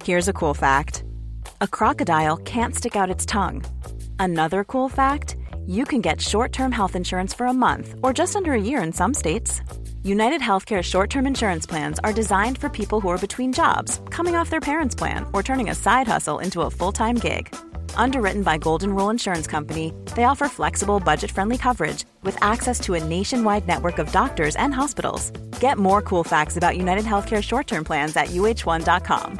Here's a cool fact. A crocodile can't stick out its tongue. Another cool fact, you can get short-term health insurance for a month or just under a year in some states. United Healthcare short-term insurance plans are designed for people who are between jobs, coming off their parents' plan, or turning a side hustle into a full-time gig. Underwritten by Golden Rule Insurance Company, they offer flexible, budget-friendly coverage with access to a nationwide network of doctors and hospitals. Get more cool facts about United Healthcare short-term plans at uh1.com.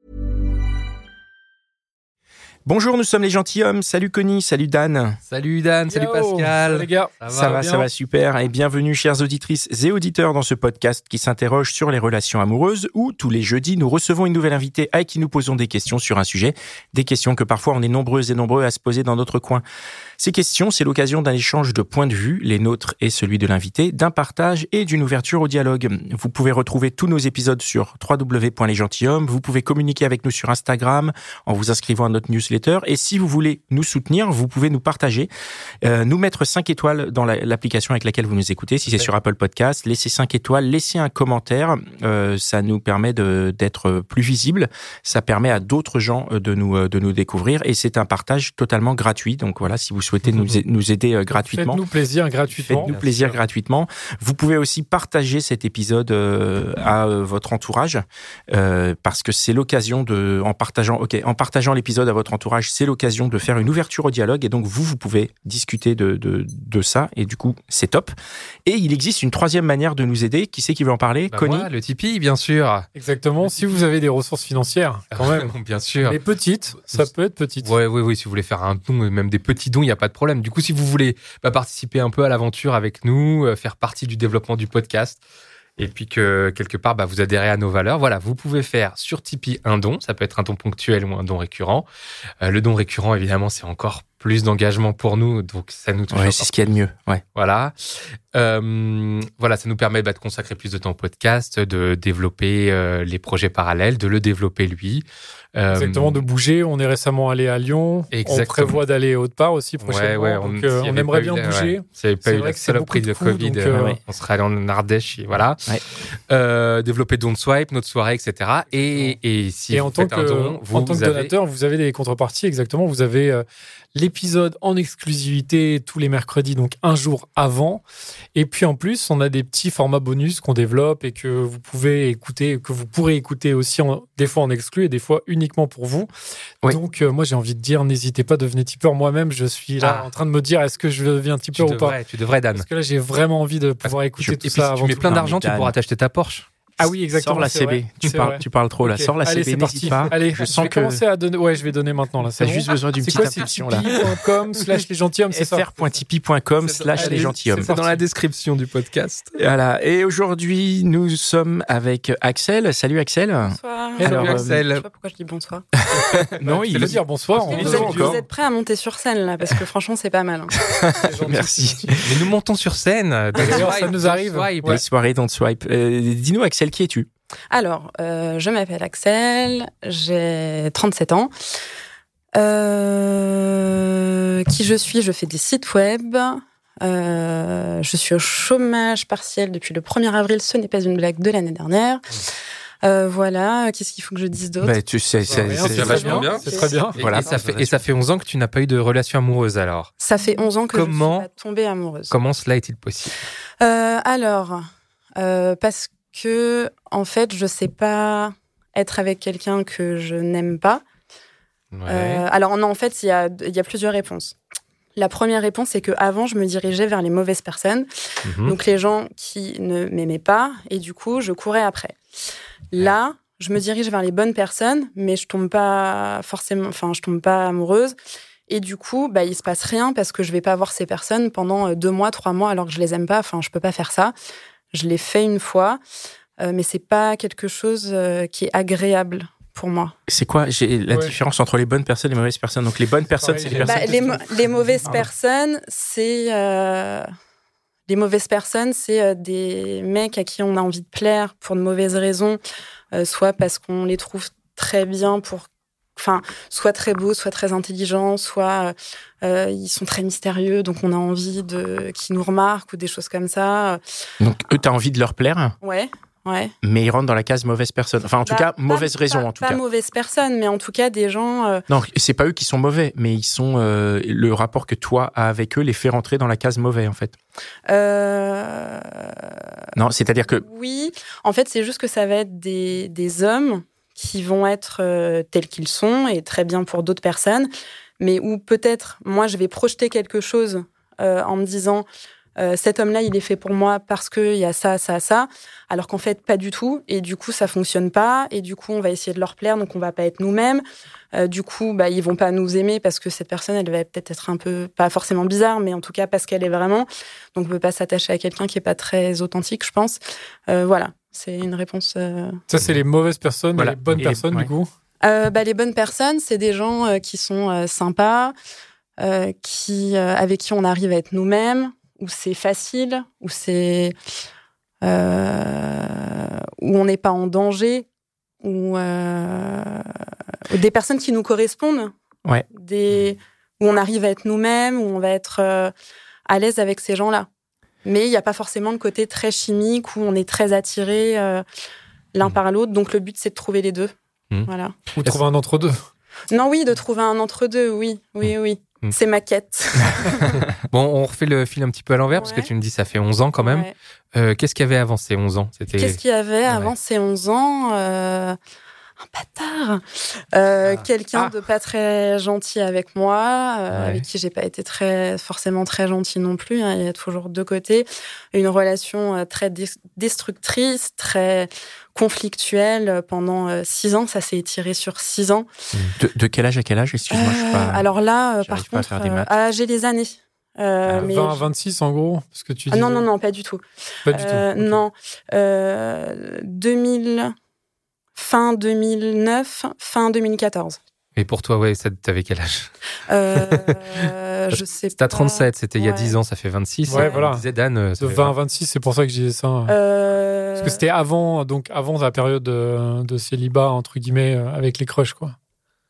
Bonjour, nous sommes les gentilshommes. Salut Connie, salut Dan. Salut Dan, salut Pascal. Salut les gars. Ça va super. Et bienvenue chères auditrices et auditeurs dans ce podcast qui s'interroge sur les relations amoureuses où tous les jeudis nous recevons une nouvelle invitée à qui nous posons des questions sur un sujet. Des questions que parfois on est nombreuses et nombreux à se poser dans notre coin. Ces questions, c'est l'occasion d'un échange de points de vue, les nôtres et celui de l'invité, d'un partage et d'une ouverture au dialogue. Vous pouvez retrouver tous nos épisodes sur www.lesgentilshommes. Vous pouvez communiquer avec nous sur Instagram en vous inscrivant à notre newsletter. Et si vous voulez nous soutenir, vous pouvez nous partager, nous mettre 5 étoiles dans l'application avec laquelle vous nous écoutez. Si c'est sur Apple Podcast, laissez 5 étoiles, laissez un commentaire. Ça nous permet d'être plus visible. Ça permet à d'autres gens de nous découvrir. Et c'est un partage totalement gratuit. Donc voilà, si vous souhaitez nous aider gratuitement. Faites-nous plaisir gratuitement. Faites-nous plaisir gratuitement. Vous pouvez aussi partager cet épisode à votre entourage parce que c'est l'occasion en partageant l'épisode à votre entourage, c'est l'occasion de faire une ouverture au dialogue et donc vous pouvez discuter de ça et du coup, c'est top. Et il existe une troisième manière de nous aider. Qui c'est qui veut en parler? Connie? Moi, le Tipeee, bien sûr. Exactement. Si vous avez des ressources financières, quand même. Bien sûr. Mais petites, ça peut être petite. Oui. Si vous voulez faire un don, même des petits dons, il n'y a pas de problème. Du coup, si vous voulez participer un peu à l'aventure avec nous, faire partie du développement du podcast, et puis que quelque part, vous adhérez à nos valeurs, voilà, vous pouvez faire sur Tipeee un don. Ça peut être un don ponctuel ou un don récurrent. Le don récurrent, évidemment, c'est encore plus d'engagement pour nous, donc ça nous touche. Ouais, c'est ce qu'il y a de mieux. Ouais. Voilà. Voilà, ça nous permet de consacrer plus de temps au podcast, de développer les projets parallèles, de le développer lui. Exactement, de bouger. On est récemment allé à Lyon. Exactement. On prévoit d'aller autre part aussi prochainement. Ouais, donc, on aimerait bien bouger. S'il n'y avait pas eu vrai la que c'est saloperie beaucoup de de Covid, donc, on serait allé en Ardèche, et voilà. Ouais. Développer Don't Swipe, notre soirée, etc. Et si en vous tant faites un don, en tant que avez... donateur, vous avez des contreparties. Exactement, vous avez l'épisode en exclusivité tous les mercredis, donc un jour avant. Et puis en plus, on a des petits formats bonus qu'on développe et que vous pouvez écouter, que vous pourrez écouter aussi des fois en exclu et des fois uniquement pour vous. Oui. Donc moi, j'ai envie de dire, n'hésitez pas, devenez tipeur. Moi-même, je suis là en train de me dire, est-ce que je deviens tipeur ou pas? Tu devrais, Dan. Parce que là, j'ai vraiment envie de pouvoir écouter tout ça. Si tu mets plein d'argent, tu pourras t'acheter ta Porsche. Ah oui, exactement. Sors la CB. Tu parles trop là. Okay. Sors la CB, n'hésite pas. Allez, je sens que commencer à donner. Ouais, je vais donner maintenant là. T'as juste besoin d'une petite impulsion là. Tipeee.com/lesgentilshommes, c'est ça. fr.tipeee.com/lesgentilhommes. C'est dans la description du podcast. Voilà. Et aujourd'hui, nous sommes avec Axel. Salut Axel. Bonsoir. Salut Axel. Je sais pas pourquoi je dis bonsoir. Non, il veut dire bonsoir. Vous êtes prêts à monter sur scène là, parce que franchement, c'est pas mal. Merci. Mais nous montons sur scène. D'ailleurs, ça nous arrive. Les soirées Don't Swipe. Dis-nous Axel, qui es-tu? Alors, je m'appelle Axel, j'ai 37 ans. Qui je suis? Je fais des sites web. Je suis au chômage partiel depuis le 1er avril. Ce n'est pas une blague, de l'année dernière. Voilà, qu'est-ce qu'il faut que je dise d'autre? C'est vachement bien. C'est très bien. Voilà. Et ça fait 11 ans que tu n'as pas eu de relation amoureuse alors? Ça fait 11 ans que je suis pas tombée amoureuse. Comment cela est-il possible? Parce que, en fait, je sais pas être avec quelqu'un que je n'aime pas. Ouais. Alors, non, en fait, il y a plusieurs réponses. La première réponse, c'est qu'avant, je me dirigeais vers les mauvaises personnes. Donc, les gens qui ne m'aimaient pas. Et du coup, je courais après. Là, je me dirige vers les bonnes personnes, mais je tombe pas amoureuse. Et du coup, il se passe rien parce que je vais pas voir ces personnes pendant 2 mois, 3 mois, alors que je les aime pas. Enfin, je peux pas faire ça. Je l'ai fait une fois, mais c'est pas quelque chose qui est agréable pour moi. C'est quoi la différence entre les bonnes personnes et les mauvaises personnes? Donc les bonnes personnes, c'est les personnes. Les mauvaises personnes, c'est des mecs à qui on a envie de plaire pour de mauvaises raisons, soit parce qu'on les trouve très bien soit très beaux, soit très intelligents, soit ils sont très mystérieux, donc on a envie qu'ils nous remarquent ou des choses comme ça. Donc eux, t'as envie de leur plaire? Ouais. Ouais. mais ils rentrent dans la case mauvaise personne. Enfin, en tout cas, mauvaise raison, en tout cas. Pas mauvaise personne, mais en tout cas, des gens... Non, c'est pas eux qui sont mauvais, mais ils sont... le rapport que toi as avec eux les fait rentrer dans la case mauvais, en fait. Non, c'est-à-dire que... Oui, en fait, c'est juste que ça va être des hommes qui vont être tels qu'ils sont, et très bien pour d'autres personnes, mais où peut-être, moi, je vais projeter quelque chose en me disant... cet homme-là, il est fait pour moi parce qu'il y a ça, ça, ça, alors qu'en fait, pas du tout. Et du coup, ça fonctionne pas. Et du coup, on va essayer de leur plaire, donc on va pas être nous-mêmes. Du coup, ils vont pas nous aimer parce que cette personne, elle va peut-être être un peu, pas forcément bizarre, mais en tout cas parce qu'elle est vraiment. Donc, on peut pas s'attacher à quelqu'un qui est pas très authentique, je pense. Voilà, c'est une réponse. Ça, c'est les mauvaises personnes, voilà. Et les bonnes personnes, du coup. Les bonnes personnes, c'est des gens qui sont sympas, avec qui on arrive à être nous-mêmes, où c'est facile, où on n'est pas en danger, où des personnes qui nous correspondent, ouais. Où on arrive à être nous-mêmes, où on va être à l'aise avec ces gens-là. Mais il n'y a pas forcément le côté très chimique, où on est très attirés l'un par l'autre. Donc le but, c'est de trouver les deux. Voilà. Ou trouver un entre-deux. Non, oui, de trouver un entre-deux, oui. C'est ma quête. Bon, on refait le fil un petit peu à l'envers, parce que tu me dis ça fait 11 ans quand même. Ouais. Qu'est-ce qu'il y avait avant ces 11 ans ? Qu'est-ce qu'il y avait avant ces 11 ans un bâtard. Quelqu'un de pas très gentil avec moi, avec qui j'ai pas été forcément très gentil non plus. Il y a toujours deux côtés. Une relation très destructrice, très conflictuelle pendant 6 ans. Ça s'est étiré sur 6 ans. De quel âge à quel âge ? Excuse-moi, je suis pas... Alors là, par contre, j'ai les années. Mais 20 à 26 en gros, parce que tu dis... Non, pas du tout. Pas du tout. Okay. Non, 2000... Fin 2009, fin 2014. Et pour toi, t'avais quel âge ? Je sais pas. T'as 37, c'était il y a 10 ans, ça fait 26. Ouais, voilà. Disait Dan, de 20 à 26, c'est pour ça que je disais ça. Parce que c'était avant la période de célibat, entre guillemets, avec les crushs, quoi.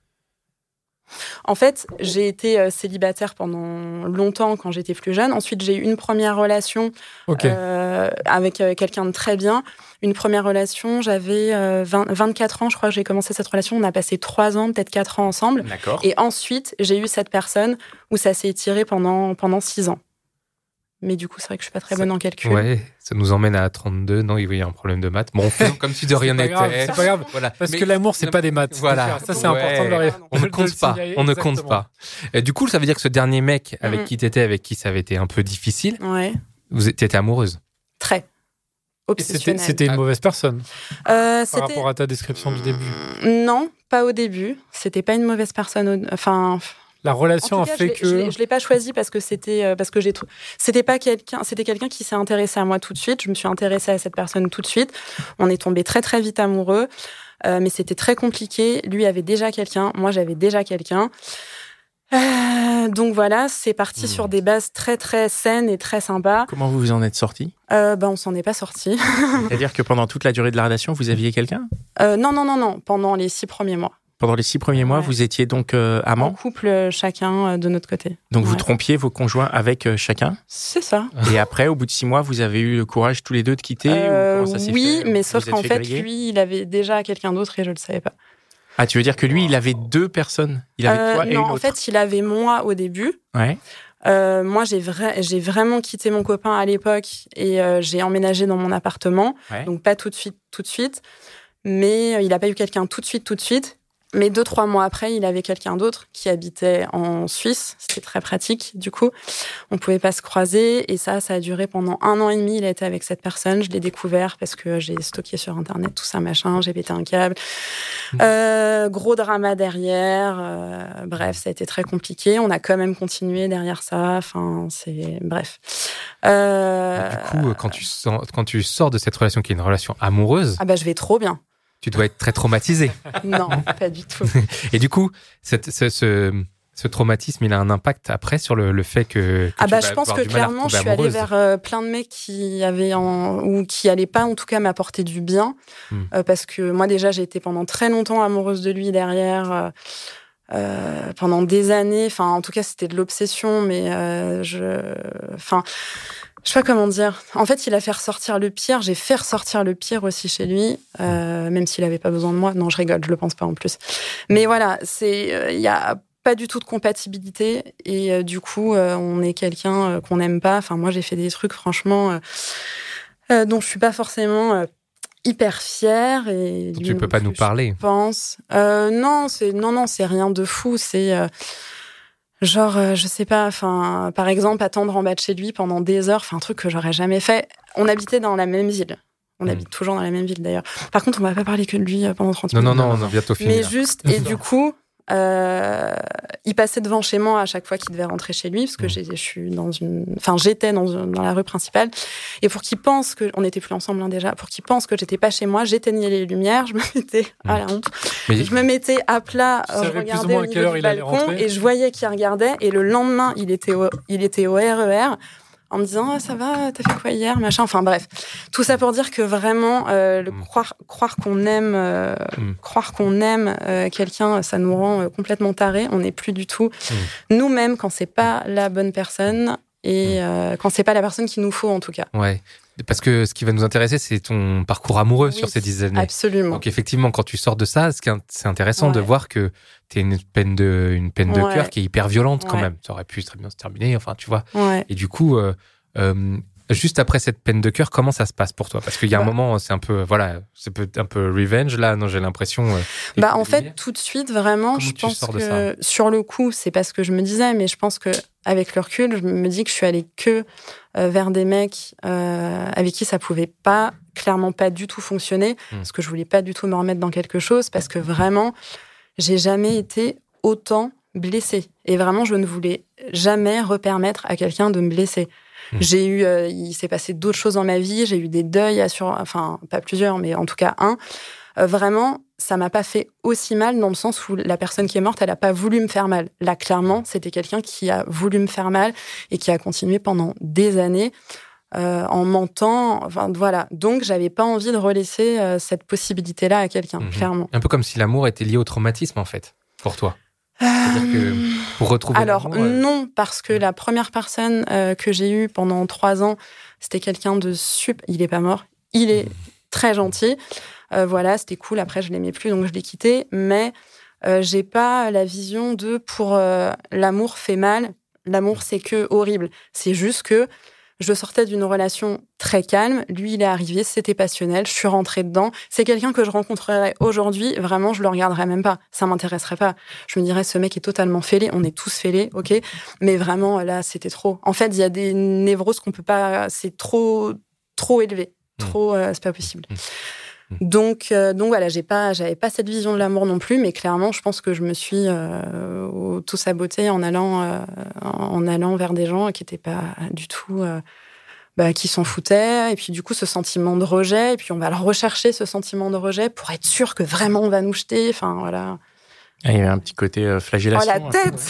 En fait, j'ai été célibataire pendant longtemps quand j'étais plus jeune. Ensuite, j'ai eu une première relation avec quelqu'un de très bien. Une première relation, j'avais 24 ans, je crois que j'ai commencé cette relation. On a passé 3 ans, peut-être 4 ans ensemble. D'accord. Et ensuite, j'ai eu cette personne où ça s'est étiré pendant 6 ans. Mais du coup, c'est vrai que je suis pas très bonne en calcul. Ouais, ça nous emmène à 32. Non, il y a un problème de maths. Bon, faisons comme si de rien n'était. C'est pas grave. Voilà. Parce que l'amour, c'est pas des maths. Voilà. Ça, c'est important de le On ne compte pas. On ne compte pas. Et du coup, ça veut dire que ce dernier mec avec qui t'étais, avec qui ça avait été un peu difficile, t'étais amoureuse. Très. Obsessionnelle. C'était une mauvaise personne par rapport à ta description du début. Non, pas au début. C'était pas une mauvaise personne. Enfin. La relation a fait que... Je l'ai pas choisi parce que c'était pas quelqu'un, c'était quelqu'un qui s'est intéressé à moi tout de suite. Je me suis intéressée à cette personne tout de suite. On est tombés très très vite amoureux, mais c'était très compliqué. Lui avait déjà quelqu'un, moi j'avais déjà quelqu'un. Donc voilà, c'est parti sur des bases très très saines et très sympas. Comment vous en êtes sortis ? On s'en est pas sortis. C'est-à-dire que pendant toute la durée de la relation, vous aviez quelqu'un ? Non. Pendant les 6 premiers mois. Pendant les 6 premiers mois, vous étiez donc amants ? En couple, chacun de notre côté. Donc vous trompiez vos conjoints avec chacun ? C'est ça. Et après, au bout de 6 mois, vous avez eu le courage tous les deux de quitter ou comment ça s'est fait ? Oui, mais sauf qu'en fait, lui, il avait déjà quelqu'un d'autre et je le savais pas. Ah, tu veux dire que lui, il avait 2 personnes ? Il avait toi et une autre ? Non, en fait, il avait moi au début. Ouais. Moi, j'ai vraiment quitté mon copain à l'époque et j'ai emménagé dans mon appartement. Ouais. Donc pas tout de suite. Mais il n'a pas eu quelqu'un tout de suite. Mais 2-3 mois après, il avait quelqu'un d'autre qui habitait en Suisse. C'était très pratique, du coup. On pouvait pas se croiser. Et ça a duré pendant 1 an et demi. Il a été avec cette personne. Je l'ai découvert parce que j'ai stocké sur Internet tout ça, machin. J'ai pété un câble. Gros drama derrière. Bref, ça a été très compliqué. On a quand même continué derrière ça. Enfin, bref. Du coup, quand tu sors de cette relation qui est une relation amoureuse... Ah bah, je vais trop bien. Tu dois être très traumatisé. Non, pas du tout. Et du coup, ce traumatisme, il a un impact après sur le fait que je pense que clairement, je suis allée vers plein de mecs qui avaient ou qui allaient pas, en tout cas, m'apporter du bien, parce que moi déjà, j'ai été pendant très longtemps amoureuse de lui derrière. Pendant des années, enfin en tout cas c'était de l'obsession, mais Je sais pas comment dire. En fait, il a fait ressortir le pire. J'ai fait ressortir le pire aussi chez lui, même s'il avait pas besoin de moi. Non, je rigole, je le pense pas en plus. Mais voilà, il y a pas du tout de compatibilité et du coup, on est quelqu'un qu'on n'aime pas. Enfin, moi, j'ai fait des trucs, franchement, dont je suis pas forcément hyper fière. Et tu peux pas nous parler. Je pense. Non, c'est rien de fou. C'est genre, je sais pas, enfin, par exemple, attendre en bas de chez lui pendant des heures, un truc que j'aurais jamais fait. On habitait dans la même ville. On habite toujours dans la même ville, d'ailleurs. Par contre, on va pas parler que de lui pendant 30 minutes. Non, on va bientôt finir. Mais juste, et du coup, il passait devant chez moi à chaque fois qu'il devait rentrer chez lui, parce que j'étais dans la rue principale. Et pour qu'il pense que, on n'était plus ensemble déjà, pour qu'il pense que j'étais pas chez moi, j'éteignais les lumières, je me mettais, à la honte, je me mettais à plat, regarder au niveau du balcon, et je voyais qu'il regardait, et le lendemain, il était au RER, en me disant ça va, t'as fait quoi hier, machin. Enfin bref, tout ça pour dire que vraiment croire qu'on aime quelqu'un, ça nous rend complètement tarés. On n'est plus du tout nous-mêmes quand c'est pas la bonne personne et quand c'est pas la personne qu'il nous faut en tout cas. Ouais. Parce que ce qui va nous intéresser, c'est ton parcours amoureux sur ces 10 années. Absolument. Donc effectivement, quand tu sors de ça, c'est intéressant de voir que t'es une peine de cœur qui est hyper violente quand même. Ça aurait pu très bien se terminer, enfin tu vois. Ouais. Et du coup, juste après cette peine de cœur, comment ça se passe pour toi? Parce qu'il y a un moment, c'est un peu, c'est un peu revenge là. Non, j'ai l'impression. En fait, tout de suite, vraiment, comment je pense que sur le coup, c'est pas ce que je me disais, mais je pense que avec le recul, je me dis que je suis allée que vers des mecs avec qui ça pouvait clairement pas du tout fonctionner, parce que je voulais pas du tout me remettre dans quelque chose, parce que vraiment, j'ai jamais été autant blessée. Et vraiment, je ne voulais jamais repermettre à quelqu'un de me blesser. Il s'est passé d'autres choses dans ma vie, j'ai eu des deuils, enfin, pas plusieurs, mais en tout cas un. Vraiment, ça m'a pas fait aussi mal dans le sens où la personne qui est morte, elle a pas voulu me faire mal. Là, clairement, c'était quelqu'un qui a voulu me faire mal et qui a continué pendant des années en mentant. Enfin, voilà. Donc, j'avais pas envie de relaisser cette possibilité-là à quelqu'un, clairement. Un peu comme si l'amour était lié au traumatisme, en fait, pour toi. C'est-à-dire que pour retrouver alors non, parce que la première personne que j'ai eue pendant 3 ans, c'était quelqu'un de super. Il est pas mort, il est très gentil. Voilà, c'était cool. Après, je l'aimais plus, donc je l'ai quitté. Mais j'ai pas la vision de pour l'amour fait mal. L'amour, c'est que horrible. C'est juste que je sortais d'une relation très calme. Lui, il est arrivé, c'était passionnel. Je suis rentrée dedans. C'est quelqu'un que je rencontrerais aujourd'hui. Vraiment, je le regarderais même pas. Ça m'intéresserait pas. Je me dirais, ce mec est totalement fêlé. On est tous fêlés, ok. Mais vraiment, là, c'était trop. En fait, il y a des névroses qu'on peut pas. C'est trop élevé. C'est pas possible. Donc voilà, j'avais pas cette vision de l'amour non plus, mais clairement, je pense que je me suis tout saboté en allant vers des gens qui étaient pas du tout, qui s'en foutaient. Et puis du coup, ce sentiment de rejet, et puis on va le rechercher, ce sentiment de rejet, pour être sûr que vraiment on va nous jeter. Enfin voilà. Il y avait un petit côté flagellation. Oh la tête.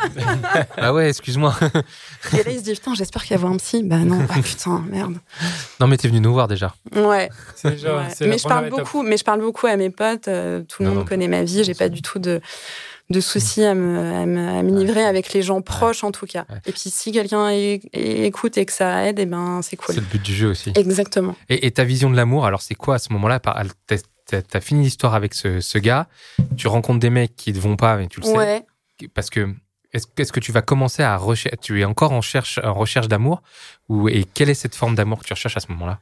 Ah ouais, excuse-moi. Et là, il se dit, putain, j'espère qu'il y a un psy. Bah non, putain, merde. Non, mais t'es venu nous voir déjà. Ouais. C'est déjà, c'est mais je parle beaucoup à mes potes. Tout le monde connaît ma vie. J'ai pas du tout de soucis à me livrer avec les gens proches, en tout cas. Ouais. Et puis, si quelqu'un écoute et que ça aide, eh ben, c'est cool. C'est le but du jeu aussi. Exactement. Et ta vision de l'amour, alors c'est quoi à ce moment-là? T'as fini l'histoire avec ce gars, tu rencontres des mecs qui ne vont pas, mais tu le sais. Parce que est-ce que tu vas commencer à rechercher, tu es encore en recherche d'amour, et quelle est cette forme d'amour que tu recherches à ce moment-là?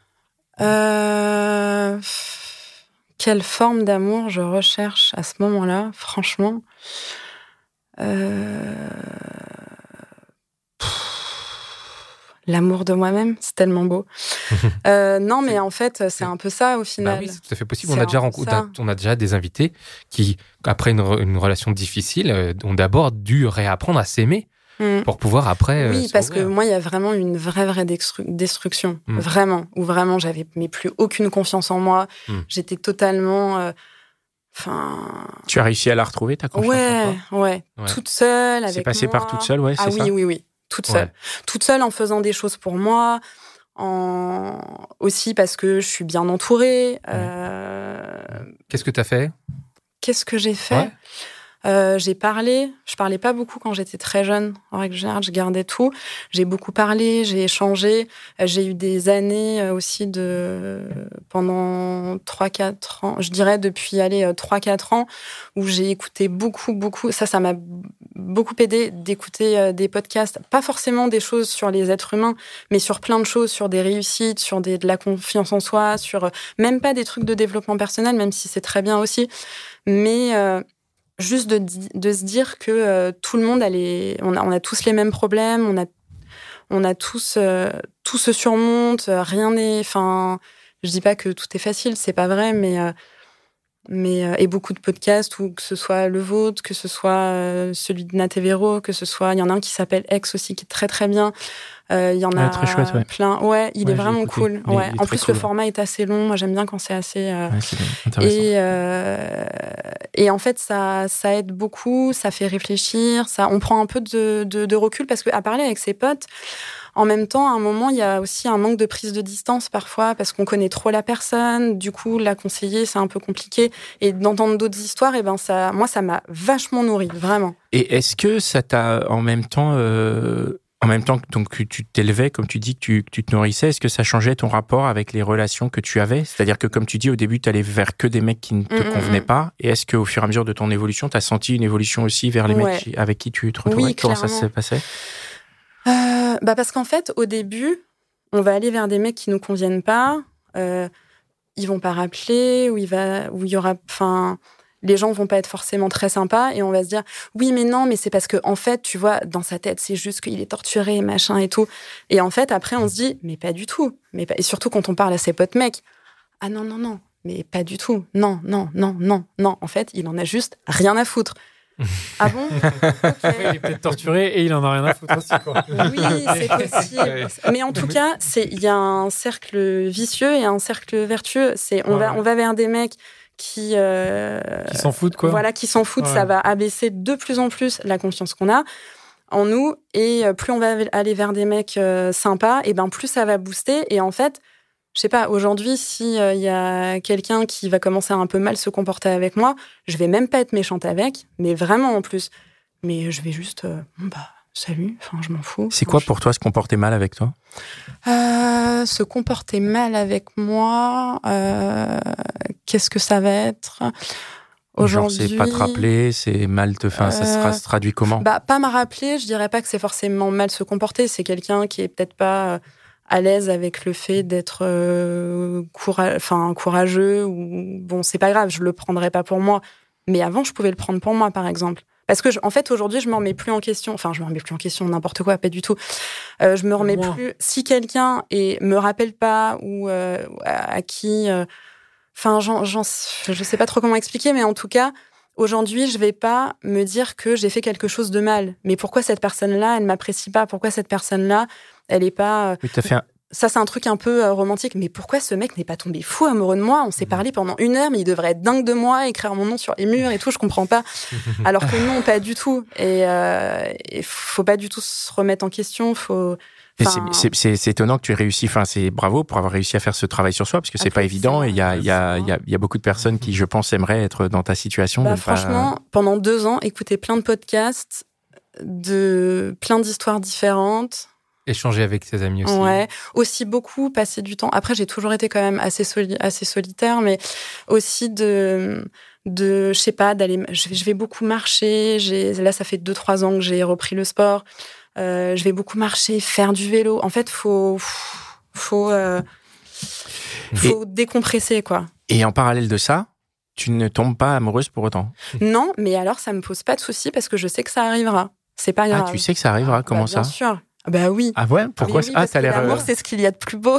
Quelle forme d'amour je recherche à ce moment-là? Franchement, l'amour de moi-même, c'est tellement beau. Non, mais en fait, c'est un peu ça au final. Bah oui, c'est tout à fait possible. On a déjà des invités qui, après une relation difficile, ont d'abord dû réapprendre à s'aimer pour pouvoir après. Oui, parce que moi, il y a vraiment une vraie destruction, vraiment, où vraiment j'avais plus aucune confiance en moi. J'étais totalement. Tu as réussi à la retrouver, ta confiance en toi? Ouais, toute seule avec. C'est passé par toute seule, c'est ça? Oui. Toute seule. Toute seule en faisant des choses pour moi, aussi parce que je suis bien entourée. Qu'est-ce que tu as fait? Qu'est-ce que j'ai fait? Je parlais pas beaucoup quand j'étais très jeune. En règle générale, je gardais tout. J'ai beaucoup parlé, j'ai échangé. J'ai eu des années aussi pendant 3-4 ans, je dirais depuis 3-4 ans, où j'ai écouté beaucoup. Ça m'a beaucoup aidé d'écouter des podcasts, pas forcément des choses sur les êtres humains, mais sur plein de choses, sur des réussites, sur de la confiance en soi, sur même pas des trucs de développement personnel, même si c'est très bien aussi, mais juste de se dire que tout le monde on a tous les mêmes problèmes, on a tous tout se surmonte, rien n'est, enfin, je dis pas que tout est facile, c'est pas vrai, mais et beaucoup de podcasts, ou que ce soit le vôtre, que ce soit celui de Nat Evero, que ce soit, il y en a un qui s'appelle Ex aussi, qui est très très bien. Il y en a très chouette, ouais. plein. Ouais, il est vraiment cool. Ouais. En plus, cool. le format est assez long. Moi, j'aime bien quand c'est assez. C'est intéressant. Et en fait, ça aide beaucoup. Ça fait réfléchir. On prend un peu de recul, parce qu'à parler avec ses potes, en même temps, à un moment, il y a aussi un manque de prise de distance parfois, parce qu'on connaît trop la personne. Du coup, la conseiller, c'est un peu compliqué. Et d'entendre d'autres histoires, moi, ça m'a vachement nourri, vraiment. Et est-ce que ça t'a, en même temps que donc, tu t'élevais, comme tu dis, que tu te nourrissais, est-ce que ça changeait ton rapport avec les relations que tu avais? C'est-à-dire que, comme tu dis, au début, tu allais vers que des mecs qui ne te convenaient pas. Et est-ce qu'au fur et à mesure de ton évolution, tu as senti une évolution aussi vers les mecs avec qui tu te retrouvais? Oui, comment ça s'est passé? Parce qu'en fait, au début, on va aller vers des mecs qui nous conviennent pas. Ils vont pas rappeler, où il y aura, enfin, les gens vont pas être forcément très sympas, et on va se dire oui, mais non, mais c'est parce que, en fait, tu vois, dans sa tête, c'est juste qu'il est torturé, machin et tout. Et en fait, après, on se dit mais pas du tout. Et surtout quand on parle à ses potes mecs, ah non, mais pas du tout. Non. En fait, il en a juste rien à foutre. Ah bon? Okay. Il est peut-être torturé et il en a rien à foutre aussi, quoi. Oui, c'est possible. Mais en tout cas, il y a un cercle vicieux et un cercle vertueux. On va vers des mecs qui s'en foutent, quoi. Voilà, qui s'en foutent. Ouais. Ça va abaisser de plus en plus la confiance qu'on a en nous, et plus on va aller vers des mecs sympas, et ben plus ça va booster. Et en fait, je sais pas, aujourd'hui, si y a quelqu'un qui va commencer à un peu mal se comporter avec moi, je vais même pas être méchante avec, mais vraiment en plus. Mais je vais juste, salut, enfin, je m'en fous. C'est quoi pour toi se comporter mal avec toi? Se comporter mal avec moi, qu'est-ce que ça va être aujourd'hui? Genre, c'est pas te rappeler, c'est mal ça se traduit comment? Pas me rappeler, je dirais pas que c'est forcément mal se comporter, c'est quelqu'un qui est peut-être pas à l'aise avec le fait d'être courageux, ou bon, c'est pas grave, je le prendrai pas pour moi, mais avant je pouvais le prendre pour moi, par exemple, parce que en fait aujourd'hui je me remets plus en question, n'importe quoi, pas du tout, je me remets plus, si quelqu'un me rappelle pas, ou à qui je sais pas trop comment expliquer, mais en tout cas aujourd'hui, je vais pas me dire que j'ai fait quelque chose de mal. Mais pourquoi cette personne-là, elle m'apprécie pas? Pourquoi cette personne-là, elle est pas... Oui, Ça, c'est un truc un peu romantique. Mais pourquoi ce mec n'est pas tombé fou amoureux de moi? On s'est parlé pendant 1 heure, mais il devrait être dingue de moi, écrire mon nom sur les murs et tout, je comprends pas. Alors que non, pas du tout. Et faut pas du tout se remettre en question, c'est étonnant que tu aies réussi, c'est bravo pour avoir réussi à faire ce travail sur soi, parce que c'est pas évident, et il y a beaucoup de personnes qui, je pense, aimeraient être dans ta situation. Franchement, pendant 2 ans, écouter plein de podcasts, de plein d'histoires différentes. Échanger avec ses amis aussi. Ouais, aussi beaucoup passer du temps. Après, j'ai toujours été quand même assez solitaire, mais aussi je sais pas, je vais beaucoup marcher. Là, ça fait 2-3 ans que j'ai repris le sport. Je vais beaucoup marcher, faire du vélo. En fait, faut décompresser, quoi. Et en parallèle de ça, tu ne tombes pas amoureuse pour autant? Non, mais alors ça me pose pas de soucis, parce que je sais que ça arrivera. C'est pas grave. Ah, tu sais que ça arrivera? Comment ça? Bien sûr. Bah oui. Ah ouais? Pourquoi? Oui, parce que l'amour, c'est ce qu'il y a de plus beau.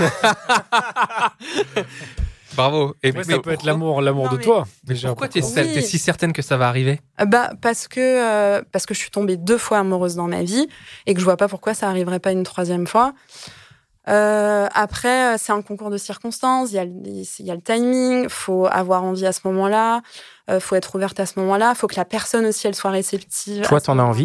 Bravo. Et ça peut être l'amour de toi. Déjà. Pourquoi t'es si certaine que ça va arriver? Parce que je suis tombée 2 fois amoureuse dans ma vie, et que je vois pas pourquoi ça arriverait pas une 3e fois. Après, c'est un concours de circonstances. Il y a le timing. Faut avoir envie à ce moment-là. Faut être ouverte à ce moment-là. Faut que la personne aussi, elle soit réceptive. Toi, t'en as envie?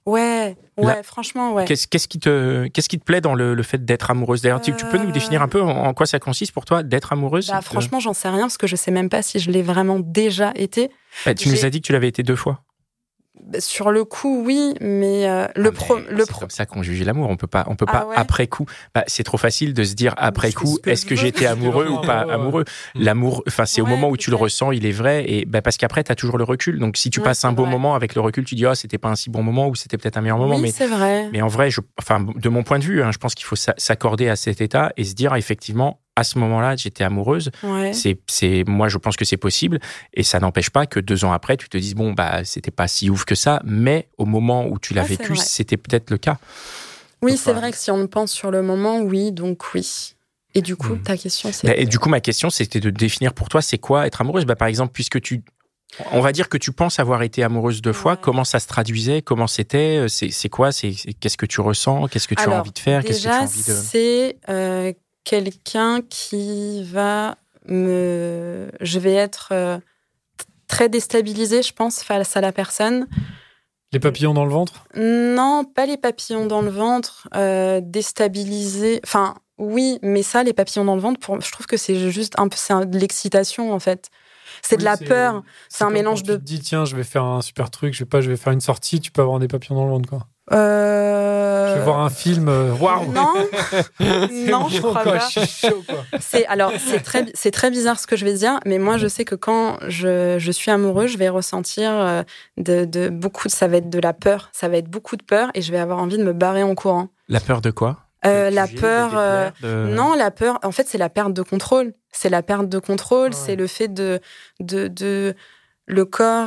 Ouais, franchement, ouais. Qu'est-ce qui te plaît dans le fait d'être amoureuse? D'ailleurs, tu peux nous définir un peu en quoi ça consiste pour toi d'être amoureuse? Franchement, j'en sais rien parce que je sais même pas si je l'ai vraiment déjà été. Tu nous as dit que tu l'avais été 2 fois. Sur le coup, oui, mais c'est comme ça qu'on juge l'amour. On peut pas ouais. après coup. C'est trop facile de se dire après coup, est-ce que j'étais amoureux ou pas amoureux? L'amour, c'est au moment où tu le ressens, il est vrai, et parce qu'après t'as toujours le recul. Donc si tu passes un beau moment avec le recul, tu dis c'était pas un si bon moment ou c'était peut-être un meilleur moment. Oui, c'est vrai. Mais en vrai, de mon point de vue, je pense qu'il faut s'accorder à cet état et se dire effectivement. À ce moment-là, j'étais amoureuse. Ouais. Moi, je pense que c'est possible. Et ça n'empêche pas que 2 ans après, tu te dises, c'était pas si ouf que ça. Mais au moment où tu l'as vécu, c'était peut-être le cas. Oui, c'est vrai que si on pense sur le moment, oui, donc oui. Et du coup, ta question, c'est... Et du coup, ma question, c'était de définir pour toi, c'est quoi être amoureuse? Par exemple, puisque on va dire que tu penses avoir été amoureuse 2 fois. Comment ça se traduisait? Comment c'était? C'est quoi? Qu'est-ce que tu ressens? Qu'est-ce que tu as envie de faire? Déjà, qu'est-ce que tu as envie de... c'est... quelqu'un qui va je vais être très déstabilisée, je pense, face à la personne. Les papillons dans le ventre? Non, pas les papillons dans le ventre. Déstabilisée. Enfin, oui, mais ça, les papillons dans le ventre, je trouve que c'est juste de l'excitation, en fait. C'est de la peur. C'est un mélange de... Tu te dis, tiens, je vais faire un super truc, je vais faire une sortie, tu peux avoir des papillons dans le ventre, quoi. Je vais voir un film. Waouh. Non, je crois pas. Je suis chaud, quoi. C'est très bizarre ce que je vais dire, mais moi je sais que quand je suis amoureux, je vais ressentir de beaucoup. Ça va être de la peur. Ça va être beaucoup de peur, et je vais avoir envie de me barrer en courant. La peur de quoi? La peur. Non, la peur. En fait, c'est la perte de contrôle. C'est la perte de contrôle. Ouais. C'est le fait de le corps,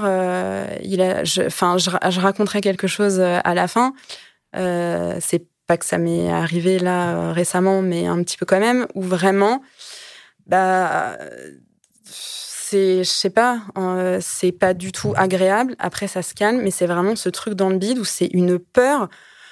je raconterai quelque chose à la fin. C'est pas que ça m'est arrivé là récemment, mais un petit peu quand même, où vraiment, je sais pas, c'est pas du tout agréable. Après, ça se calme, mais c'est vraiment ce truc dans le bide où c'est une peur,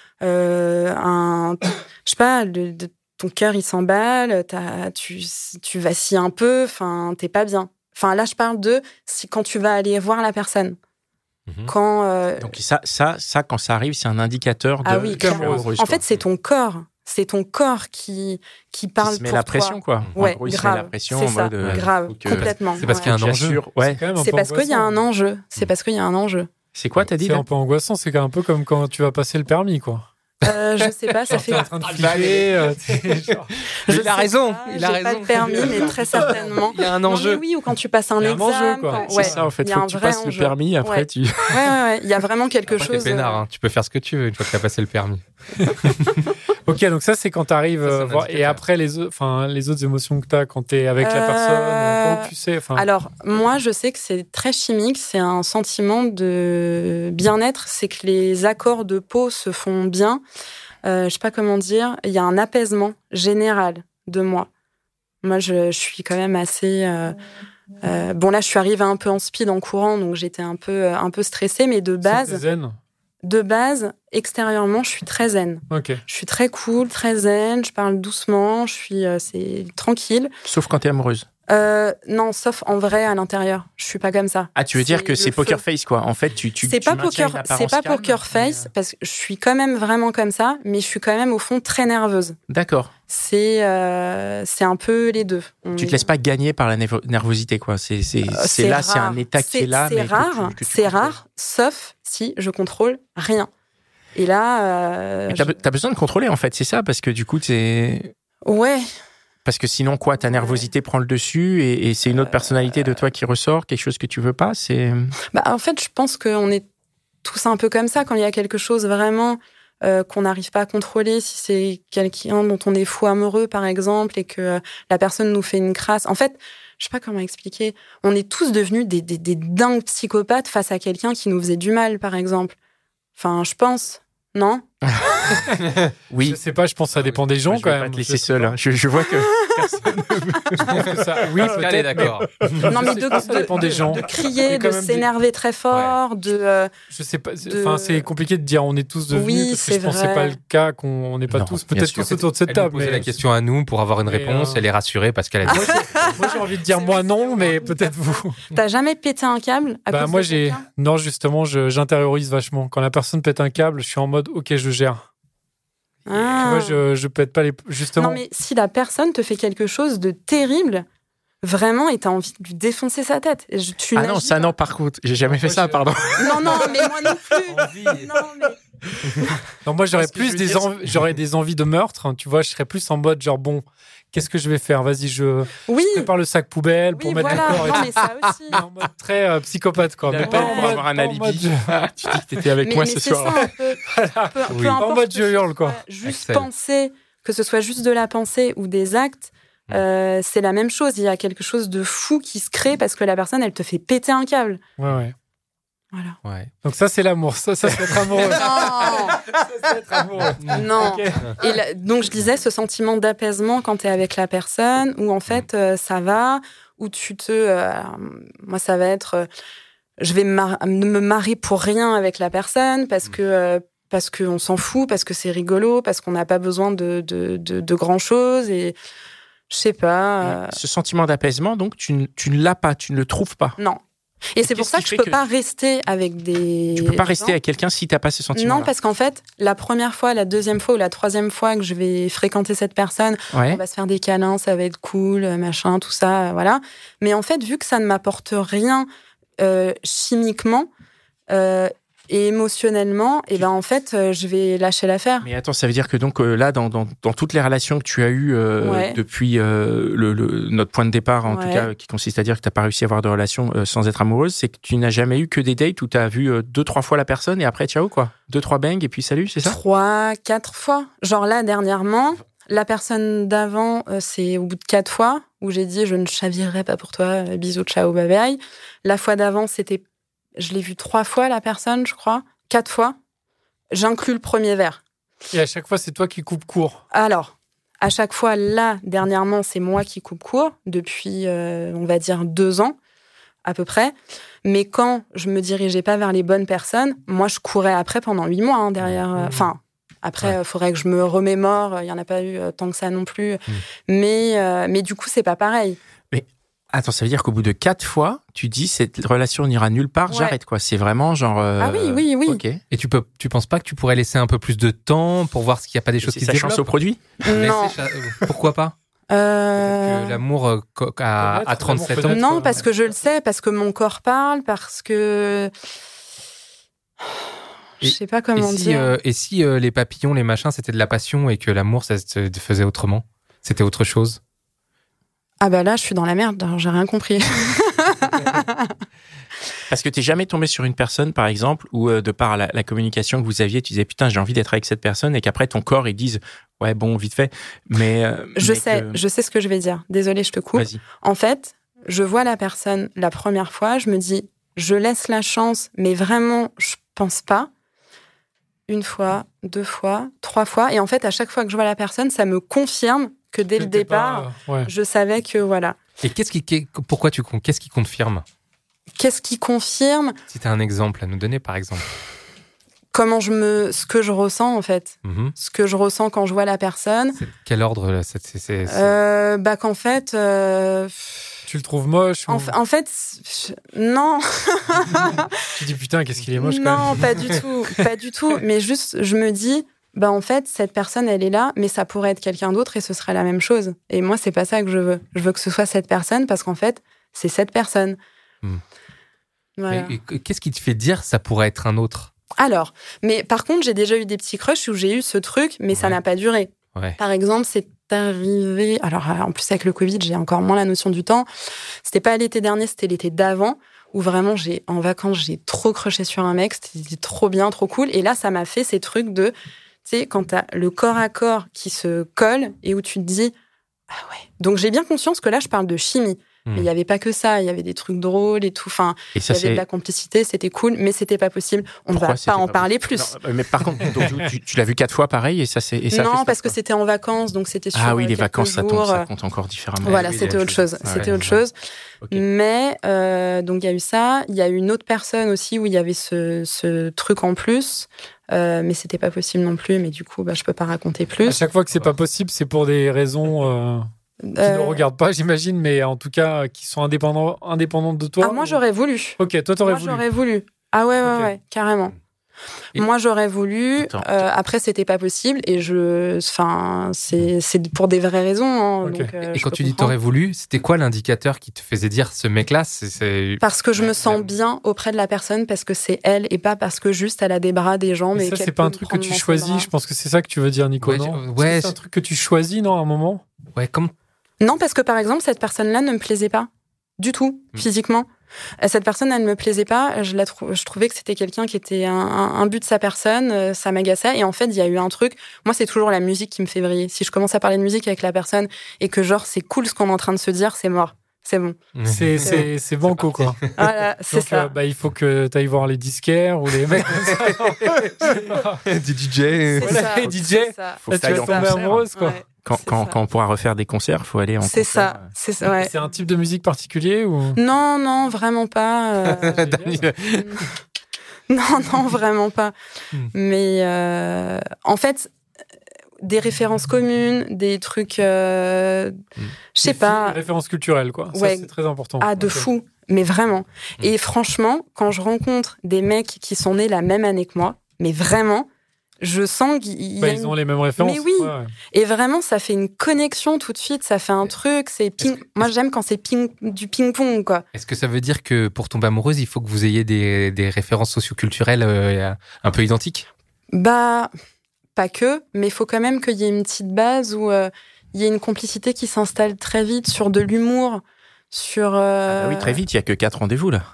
je sais pas, ton cœur il s'emballe, tu vacilles un peu, enfin, t'es pas bien. Enfin, là, je parle quand tu vas aller voir la personne. Quand, Donc ça, quand ça arrive, c'est un indicateur de... Ah oui, heureuse, en fait, c'est ton corps. C'est ton corps qui parle pour toi. Qui se met la pression, quoi. Ouais, en gros, il grave. se met la pression c'est en ça, mode... grave, complètement. C'est parce qu'il y a un enjeu. Ouais. C'est parce qu'il y a un enjeu. C'est parce qu'il y a un enjeu. C'est quoi, t'as dit? C'est un peu angoissant. C'est un peu comme quand tu vas passer le permis, quoi. Je sais pas, ça fait... T'es en train de flipper. Il a raison. Il a j'ai raison. pas le permis, mais très certainement. Il y a un enjeu. Oui, ou quand tu passes un examen. Il y a un enjeu, quoi. C'est ça, en fait. Faut que tu passes le permis, après tu... Ouais. Il y a vraiment quelque Après, chose... T'es peinard, hein. Tu peux faire ce que tu veux une fois que t'as passé le permis. Ok, donc ça, c'est quand t'arrives... et après, les autres émotions que t'as quand t'es avec la personne, comment tu sais... Alors, moi, je sais que c'est très chimique. C'est un sentiment de bien-être. C'est que les accords de peau se font bien. Je sais pas comment dire, il y a un apaisement général de moi. Moi, je suis quand même assez... bon, là, je suis arrivée un peu en speed en courant, donc j'étais un peu stressée, mais de base... zen. De base, extérieurement, je suis très zen. Okay. Je suis très cool, très zen, je parle doucement, c'est tranquille. Sauf quand t'es amoureuse. Non, sauf en vrai à l'intérieur. Je suis pas comme ça. Ah, tu veux dire que c'est poker face, quoi. En fait, c'est pas poker face, parce que je suis quand même vraiment comme ça, mais je suis quand même au fond très nerveuse. D'accord. C'est un peu les deux. Tu te laisses pas gagner par la nervosité, quoi. C'est là, rare. C'est un état qui est là. C'est rare, c'est rare, sauf si je contrôle rien. Et là... t'as besoin de contrôler, en fait, c'est ça, parce que du coup, c'est... Ouais. Parce que sinon, quoi, ta nervosité prend le dessus et c'est une autre personnalité de toi qui ressort, quelque chose que tu veux pas, c'est... En fait, je pense qu'on est tous un peu comme ça quand il y a quelque chose vraiment qu'on n'arrive pas à contrôler, si c'est quelqu'un dont on est fou amoureux, par exemple, et que la personne nous fait une crasse. En fait, je sais pas comment expliquer, on est tous devenus des dingues psychopathes face à quelqu'un qui nous faisait du mal, par exemple. Enfin, je pense, non ? Oui. Je sais pas, je pense que ça dépend des gens Moi, je quand vais même. pas te laisser seul. Hein. Je vois que Oui, Pascal est d'accord. Non, mais ça dépend des gens. de crier, Mais quand de même s'énerver très fort, de... Je sais pas. de- Enfin, c'est compliqué de dire on est tous devenus. Oui, parce que c'est je pense que c'est vrai. pas le cas qu'on n'est pas Non, tous. bien Peut-être sûr. tous autour de cette Elle table. nous posait mais la question à nous pour avoir une Mais, réponse. Elle est rassurée parce qu'elle a dit. Moi, j'ai envie de dire moi non, mais peut-être vous. T'as jamais pété un câble à cause Moi, de quelqu'un non, justement, j'intériorise vachement. Quand la personne pète un câble, je suis en mode ok, je gère. Ah. Moi, je pète pas les. Justement. Non, mais si la personne te fait quelque chose de terrible, vraiment, et t'as envie de lui défoncer sa tête. Tu Ah non, n'agis ça pas. non, par contre. J'ai jamais fait ça, pardon. Non, mais moi non plus. Non, mais... Non, moi, j'aurais Ce que je plus veux dire, j'aurais des envies de meurtre. Hein, tu vois, je serais plus en mode genre bon, qu'est-ce que je vais faire? Vas-y, je Oui, prépare le sac poubelle pour oui, mettre voilà. le corps. Et Non, tout. mais ça aussi. En mode très psychopathe, quoi. Il a Mais le pas temps en pour mode- avoir un pas en alibi. mode Tu dis que t'étais avec moi ce c'est soir. ça, un peu. Peu Oui. Pas en importe mode je hurle, quoi. Juste Axel. penser, que ce soit juste de la pensée ou des actes, c'est la même chose. Il y a quelque chose de fou qui se crée parce que la personne, elle te fait péter un câble. Ouais. Voilà. Ouais. Donc ça, c'est l'amour. Ça, c'est être amoureux. Non, Ça, c'est être amoureux. non. Ok. Et donc, je disais, ce sentiment d'apaisement quand tu es avec la personne, où en fait, ça va, où tu te... moi, ça va être... je vais me marrer pour rien avec la personne parce qu'on s'en fout, parce que c'est rigolo, parce qu'on n'a pas besoin de grand-chose. Et je sais pas... Ce sentiment d'apaisement, donc, tu ne l'as pas, tu ne le trouves pas. non. Et c'est pour qu'est-ce ça qui que je fait peux que pas rester avec des... Tu peux pas gens. rester avec quelqu'un si t'as pas ce sentiment. Non, parce qu'en fait, la première fois, la deuxième fois ou la troisième fois que je vais fréquenter cette personne, Ouais. on va se faire des câlins, ça va être cool, machin, tout ça, voilà. Mais en fait, vu que ça ne m'apporte rien chimiquement et émotionnellement, et ben en fait, je vais lâcher l'affaire. Mais attends, ça veut dire que donc là, dans toutes les relations que tu as eues Ouais. depuis notre point de départ, en Ouais. tout cas, qui consiste à dire que tu n'as pas réussi à avoir de relations sans être amoureuse, c'est que tu n'as jamais eu que des dates où tu as vu 2-3 fois la personne et après, ciao, quoi. 2-3 bangs et puis salut, c'est ça? 3-4 fois. Genre là, dernièrement, la personne d'avant, c'est au bout de 4 fois où j'ai dit je ne chavirerai pas pour toi, bisous, ciao, bye bye. La fois d'avant, je l'ai vue 3 fois, la personne, je crois. 4 fois. J'inclus le premier verre. Et à chaque fois, c'est toi qui coupes court. Alors, à chaque fois, là, dernièrement, c'est moi qui coupe court depuis, on va dire, 2 ans, à peu près. Mais quand je me dirigeais pas vers les bonnes personnes, moi, je courais après pendant 8 mois, hein, derrière... Enfin, après, il faudrait que je me remémore. Il y en a pas eu tant que ça non plus. Mais du coup, c'est pas pareil. Attends, ça veut dire qu'au bout de 4 fois, tu dis cette relation n'ira nulle part, Ouais. j'arrête, quoi. C'est vraiment genre. Ah oui. Ok. Et Et tu penses pas que tu pourrais laisser un peu plus de temps pour voir s'il n'y a pas des choses c'est qui sa se chance au développent? produit? Non. Pourquoi pas? Peut-être que l'amour à 37 ans. peut-être. Non, parce que je le sais, parce que mon corps parle, parce que... Je sais pas comment dire. Et si les papillons, les machins, c'était de la passion et que l'amour, ça se faisait autrement? C'était autre chose? Ah bah là, je suis dans la merde, alors j'ai rien compris. Parce que t'es jamais tombé sur une personne, par exemple, où de par la communication que vous aviez, tu disais putain, j'ai envie d'être avec cette personne, et qu'après ton corps il dise ouais bon vite fait, mais Je sais ce que je vais dire. Désolée, je te coupe. Vas-y. En fait, je vois la personne la première fois, je me dis, je laisse la chance, mais vraiment, je pense pas. 1 fois, 2 fois, 3 fois. Et en fait, à chaque fois que je vois la personne, ça me confirme que dès le départ, je savais que voilà. Et qu'est-ce qui confirme? Qu'est-ce qui confirme Si tu as un exemple à nous donner, par exemple. ce que je ressens, en fait. Mhm. Ce que je ressens quand je vois la personne. Quel ordre Qu'en fait... Tu le trouves moche ou... En fait, non. Tu dis putain, qu'est-ce qu'il est moche quand même. Non, pas du tout. Pas du tout. Mais juste, je me dis, en fait, cette personne, elle est là, mais ça pourrait être quelqu'un d'autre et ce serait la même chose. Et moi, c'est pas ça que je veux. Je veux que ce soit cette personne parce qu'en fait, c'est cette personne. Voilà. Et qu'est-ce qui te fait dire ça pourrait être un autre? Alors, mais par contre, j'ai déjà eu des petits crushs où j'ai eu ce truc, mais ça n'a pas duré. Ouais. Par exemple, c'est arrivé... Alors, en plus, avec le Covid, j'ai encore moins la notion du temps. C'était pas l'été dernier, c'était l'été d'avant, où vraiment, en vacances, j'ai trop crushé sur un mec. C'était trop bien, trop cool. Et là, ça m'a fait ces trucs de... Tu sais, quand t'as le corps à corps qui se colle et où tu te dis... Ah ouais. Donc, j'ai bien conscience que là, je parle de chimie. Mais il n'y avait pas que ça. Il y avait des trucs drôles et tout. Enfin, il y avait de la complicité, c'était cool, mais c'était pas possible. On ne va pas en parler plus. Non, mais par contre, donc, tu l'as vu 4 fois pareil et ça c'est. Non, parce que c'était en vacances, donc c'était sur. Ah oui, les vacances, ça jours. compte encore différemment. Voilà, oui, c'était autre chose. C'était autre chose. Okay. Mais donc il y a eu ça. Il y a eu une autre personne aussi où il y avait ce truc en plus. Mais c'était pas possible non plus. Mais du coup, je peux pas raconter plus. À chaque fois que c'est pas possible, c'est pour des raisons qui ne regardent pas, j'imagine, mais en tout cas qui sont indépendantes de toi. Ah, moi j'aurais voulu. Ok, toi t'aurais voulu. Moi j'aurais voulu. Ah ouais, carrément. Et moi j'aurais voulu. Après c'était pas possible et c'est pour des vraies raisons. Hein, okay. Donc, et quand tu dis t'aurais voulu, c'était quoi l'indicateur qui te faisait dire ce mec-là c'est... Parce que je me sens bien auprès de la personne parce que c'est elle et pas parce que juste elle a des bras, des jambes. Mais ça c'est pas un truc que tu choisis. Je pense que c'est ça que tu veux dire, Nico. Non c'est un truc que tu choisis, non, à un moment. Ouais, comme. Non, parce que par exemple cette personne-là ne me plaisait pas du tout physiquement. Cette personne, elle ne me plaisait pas. Je trouvais que c'était quelqu'un qui était un but de sa personne. Ça m'agaçait. Et en fait, il y a eu un truc. Moi, c'est toujours la musique qui me fait briller. Si je commence à parler de musique avec la personne et que genre c'est cool ce qu'on est en train de se dire, c'est mort. C'est bon. C'est banco, quoi. Voilà, c'est donc, ça. Il faut que tu ailles voir les disquaires ou les mecs. Des DJ. Les DJ. Faut que tu vas tomber amoureuse, quoi. Ouais. Quand on pourra refaire des concerts, il faut aller en concert. C'est ça, ouais. C'est un type de musique particulier ou... Non, vraiment pas. Non, vraiment pas. Mais en fait, des références communes, des trucs... je sais pas. Des références culturelles, quoi. Ouais. Ça, c'est très important. Ah, de fou. Mais vraiment. Et franchement, quand je rencontre des mecs qui sont nés la même année que moi, mais vraiment... Je sens qu'ils ont les mêmes références. Mais oui. Ouais. Et vraiment, ça fait une connexion tout de suite. Ça fait un truc. Moi, j'aime quand c'est du ping-pong, quoi. Est-ce que ça veut dire que pour tomber amoureuse, il faut que vous ayez des références socioculturelles un peu identiques ? Pas que, mais il faut quand même qu'il y ait une petite base où il y ait une complicité qui s'installe très vite sur de l'humour, sur... oui, très vite. Il n'y a que 4 rendez-vous, là.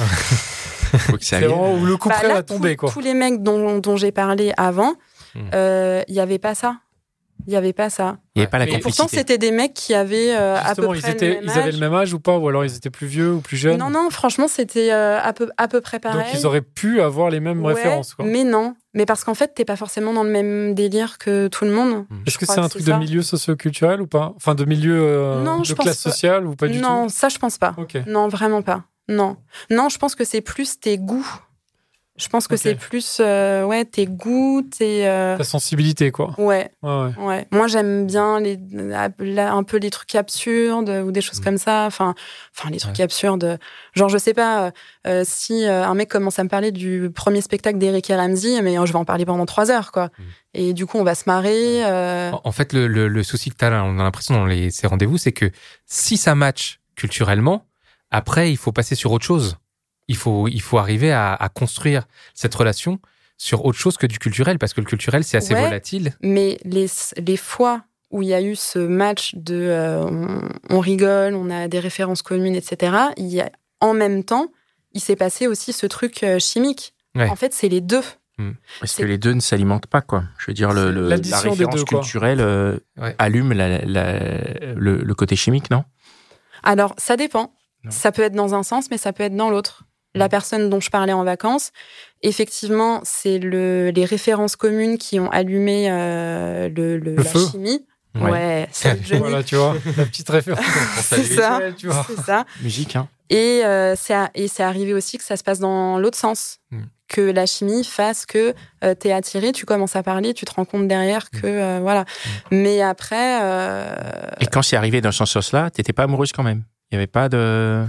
Faut que ça c'est vraiment où le coup près va tomber, quoi. Tous les mecs dont j'ai parlé avant, il n'y avait pas ça. Il n'y avait pas ça. Il n'y avait pas la complicité. Et pourtant, c'était des mecs qui avaient à peu près ils avaient le même âge ou pas ? Ou alors ils étaient plus vieux ou plus jeunes ? Non, franchement, c'était à peu près pareil. Donc ils auraient pu avoir les mêmes références, quoi. Mais non. Mais parce qu'en fait, t'es pas forcément dans le même délire que tout le monde. Est-ce que c'est un truc de milieu socio-culturel ou pas ? Enfin, de milieu de classe sociale ou pas du tout ? Non, ça, je pense pas. Okay. Non, vraiment pas. Non, je pense que c'est plus tes goûts. Je pense que c'est plus tes goûts, ta sensibilité, quoi. Ouais. Moi, j'aime bien un peu les trucs absurdes ou des choses comme ça. Enfin, les trucs absurdes. Genre, je sais pas si un mec commence à me parler du premier spectacle d'Eric et Ramsey, mais je vais en parler pendant 3 heures, quoi. Et du coup, on va se marrer. En fait, le souci que t'as là, on a l'impression dans ces rendez-vous, c'est que si ça match culturellement, après, il faut passer sur autre chose. Il faut arriver à construire cette relation sur autre chose que du culturel, parce que le culturel, c'est assez volatile. Mais les fois où il y a eu ce match de on rigole, on a des références communes, etc., en même temps, il s'est passé aussi ce truc chimique. Ouais. En fait, c'est les deux. Parce que les deux ne s'alimentent pas, quoi. Je veux dire, la référence culturelle allume le côté chimique, non ? Alors, ça dépend. Non. Ça peut être dans un sens, mais ça peut être dans l'autre. La personne dont je parlais en vacances, effectivement, c'est les références communes qui ont allumé la chimie. Ouais, c'est Johnny. Voilà, tu vois, la petite référence. c'est ça. Musique, hein. Et c'est arrivé aussi que ça se passe dans l'autre sens. Que la chimie fasse que t'es attiré, tu commences à parler, tu te rends compte derrière que voilà. Mais après. Et quand c'est arrivé dans ce sens-là, t'étais pas amoureuse quand même. Il y avait pas de.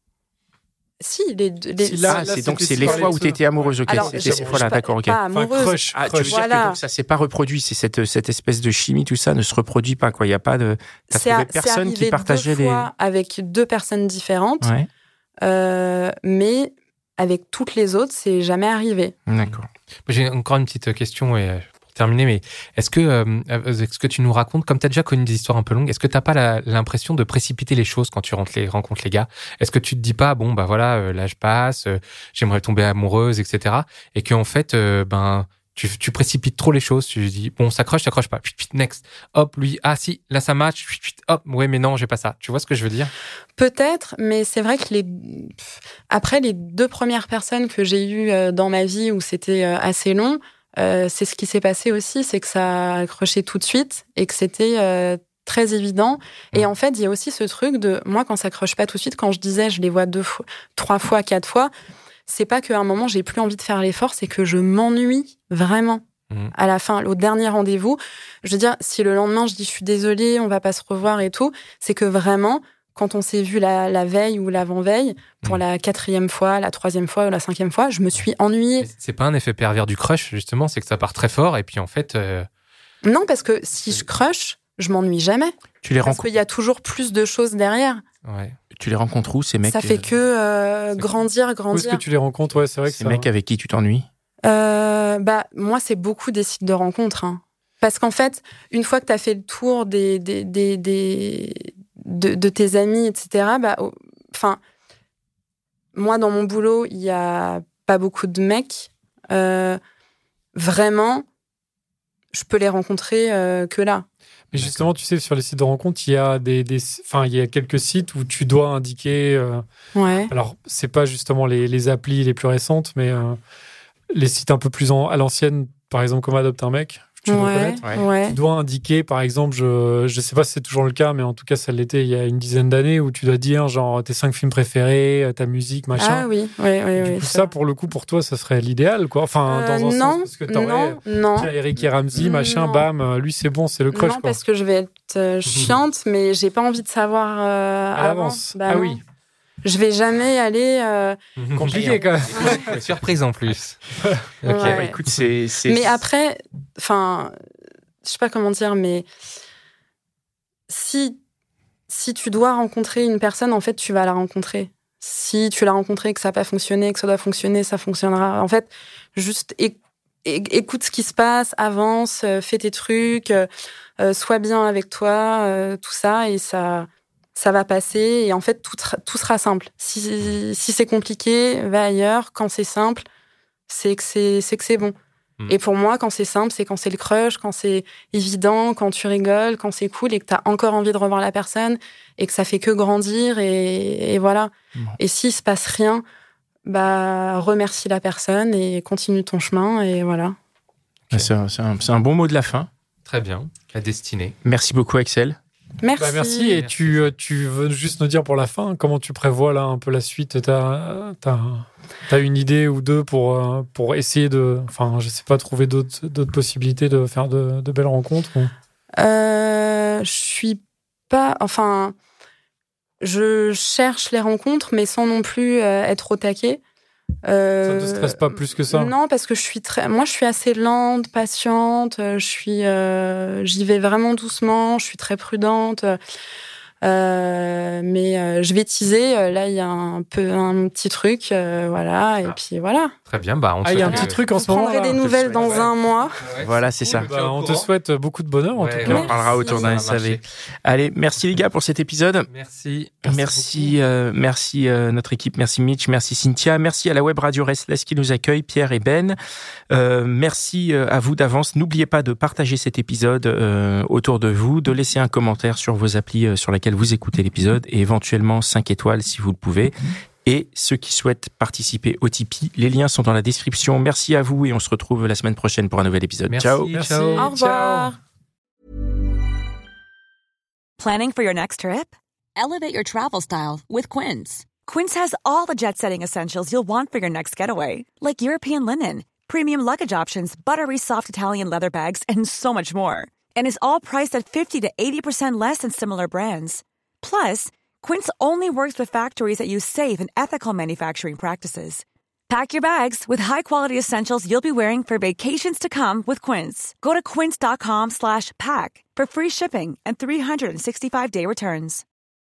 Si, c'est les fois où tu étais amoureuse, ok. Alors, c'était ces fois-là, d'accord, ok. Pas amoureuse. Tu veux dire que donc, ça s'est pas reproduit, c'est cette espèce de chimie, tout ça ne se reproduit pas, quoi. Il y a pas de. T'as trouvé personne qui partageait les. Avec 2 personnes différentes, mais avec toutes les autres, c'est jamais arrivé. D'accord. J'ai encore une petite question pour terminer, mais est-ce que tu nous racontes, comme tu as déjà connu des histoires un peu longues, est-ce que tu n'as pas l'impression de précipiter les choses quand tu rencontres les gars ? Est-ce que tu te dis pas, bon, bah voilà, l'âge passe, j'aimerais tomber amoureuse, etc. Et qu'en fait, Tu précipites trop les choses. Tu dis, bon, ça accroche pas. Next. Hop, lui, ah si, là ça match. Hop, ouais, mais non, j'ai pas ça. Tu vois ce que je veux dire? Peut-être, mais c'est vrai que après les 2 premières personnes que j'ai eues dans ma vie où c'était assez long, c'est ce qui s'est passé aussi, c'est que ça a accroché tout de suite et que c'était très évident. Et en fait, il y a aussi ce truc de, moi, quand ça accroche pas tout de suite, quand je disais je les vois 2 fois, 3 fois, 4 fois, c'est pas qu'à un moment j'ai plus envie de faire l'effort, c'est que je m'ennuie vraiment. À la fin, au dernier rendez-vous, je veux dire, si le lendemain je dis je suis désolée, on va pas se revoir et tout, c'est que vraiment, quand on s'est vu la veille ou l'avant-veille, pour la 4e fois, la 3e fois ou la 5e fois, je me suis ennuyée. Mais c'est pas un effet pervers du crush, justement, c'est que ça part très fort et puis en fait... Non, parce que si je crush, je m'ennuie jamais. Parce qu'il y a toujours plus de choses derrière. Ouais. Tu les rencontres où, ces mecs? Ça fait que grandir. Où est-ce que tu les rencontres? Ouais, c'est vrai que ces mecs avec qui tu t'ennuies? Moi, c'est beaucoup des sites de rencontres. Hein. Parce qu'en fait, une fois que tu as fait le tour de tes amis, etc., moi, dans mon boulot, il n'y a pas beaucoup de mecs. Vraiment, je peux les rencontrer que là. Mais justement, tu sais, sur les sites de rencontres, il y a il y a quelques sites où tu dois indiquer. Ouais. Alors, c'est pas justement les applis les plus récentes, mais les sites un peu plus à l'ancienne, par exemple, comme Adopte un mec. Tu dois connaître. Ouais. Tu dois indiquer, par exemple, je sais pas si c'est toujours le cas, mais en tout cas, ça l'était il y a une dizaine d'années, où tu dois dire, genre, tes 5 films préférés, ta musique, machin. Ah oui. Du coup, ça, pour le coup, pour toi, ça serait l'idéal, quoi. Enfin, dans un sens, parce que t'aurais, tiens, Eric et Ramsey, machin, bam, lui, c'est bon, c'est le crush, non, quoi. parce que je vais être chiante, mais j'ai pas envie de savoir à l'avance. Bah, oui. Je vais jamais aller... Compliqué, quand même. Surprise en plus. Ouais. Bah, écoute, c'est... Mais après, je sais pas comment dire, mais si tu dois rencontrer une personne, en fait, tu vas la rencontrer. Si tu l'as rencontrée, que ça n'a pas fonctionné, que ça doit fonctionner, ça fonctionnera. En fait, juste écoute ce qui se passe, avance, fais tes trucs, sois bien avec toi, tout ça, et ça va passer. Et en fait, tout sera simple. Si c'est compliqué, va ailleurs. Quand c'est simple, c'est que c'est bon. Et pour moi, quand c'est simple, c'est quand c'est le crush, quand c'est évident, quand tu rigoles, quand c'est cool et que tu as encore envie de revoir la personne et que ça fait que grandir et voilà. Et s'il se passe rien, remercie la personne et continue ton chemin et voilà. Okay. C'est un bon mot de la fin. Très bien, la destinée. Merci beaucoup, Axel. Merci. Merci. Et tu veux juste nous dire pour la fin, comment tu prévois là un peu la suite? T'as une idée ou deux pour essayer je sais pas, trouver d'autres possibilités de faire de belles rencontres ou... Je suis pas... je cherche les rencontres, mais sans non plus être au taquet. Ça ne te stresse pas plus que ça? Non, parce que je suis assez lente, patiente, j'y vais vraiment doucement, je suis très prudente. Mais je vais teaser. Là, il y a un petit truc, voilà. Et puis voilà. Très bien. Il y a un petit truc en ce moment. On prendrait des nouvelles dans un mois. Voilà, c'est ça. On te souhaite beaucoup de bonheur. En tout cas. On en parlera autour d'un SAV. Allez, merci les gars pour cet épisode. Merci notre équipe. Merci Mitch. Merci Cynthia. Merci à la web radio Restless qui nous accueille, Pierre et Ben. Merci à vous d'avance. N'oubliez pas de partager cet épisode autour de vous, de laisser un commentaire sur vos applis sur laquelle vous écoutez l'épisode et éventuellement 5 étoiles si vous le pouvez. Et ceux qui souhaitent participer au Tipeee, les liens sont dans la description. Merci à vous et on se retrouve la semaine prochaine pour un nouvel épisode. Merci, ciao. Ciao. Au revoir. Planning for your next trip? Elevate your travel style with Quince. Quince has all the jet-setting essentials you'll want for your next getaway, like European linen, premium luggage options, buttery soft Italian leather bags, and so much more. And is all priced at 50 to 80% less than similar brands. Plus, Quince only works with factories that use safe and ethical manufacturing practices. Pack your bags with high-quality essentials you'll be wearing for vacations to come with Quince. Go to quince.com/pack for free shipping and 365-day returns.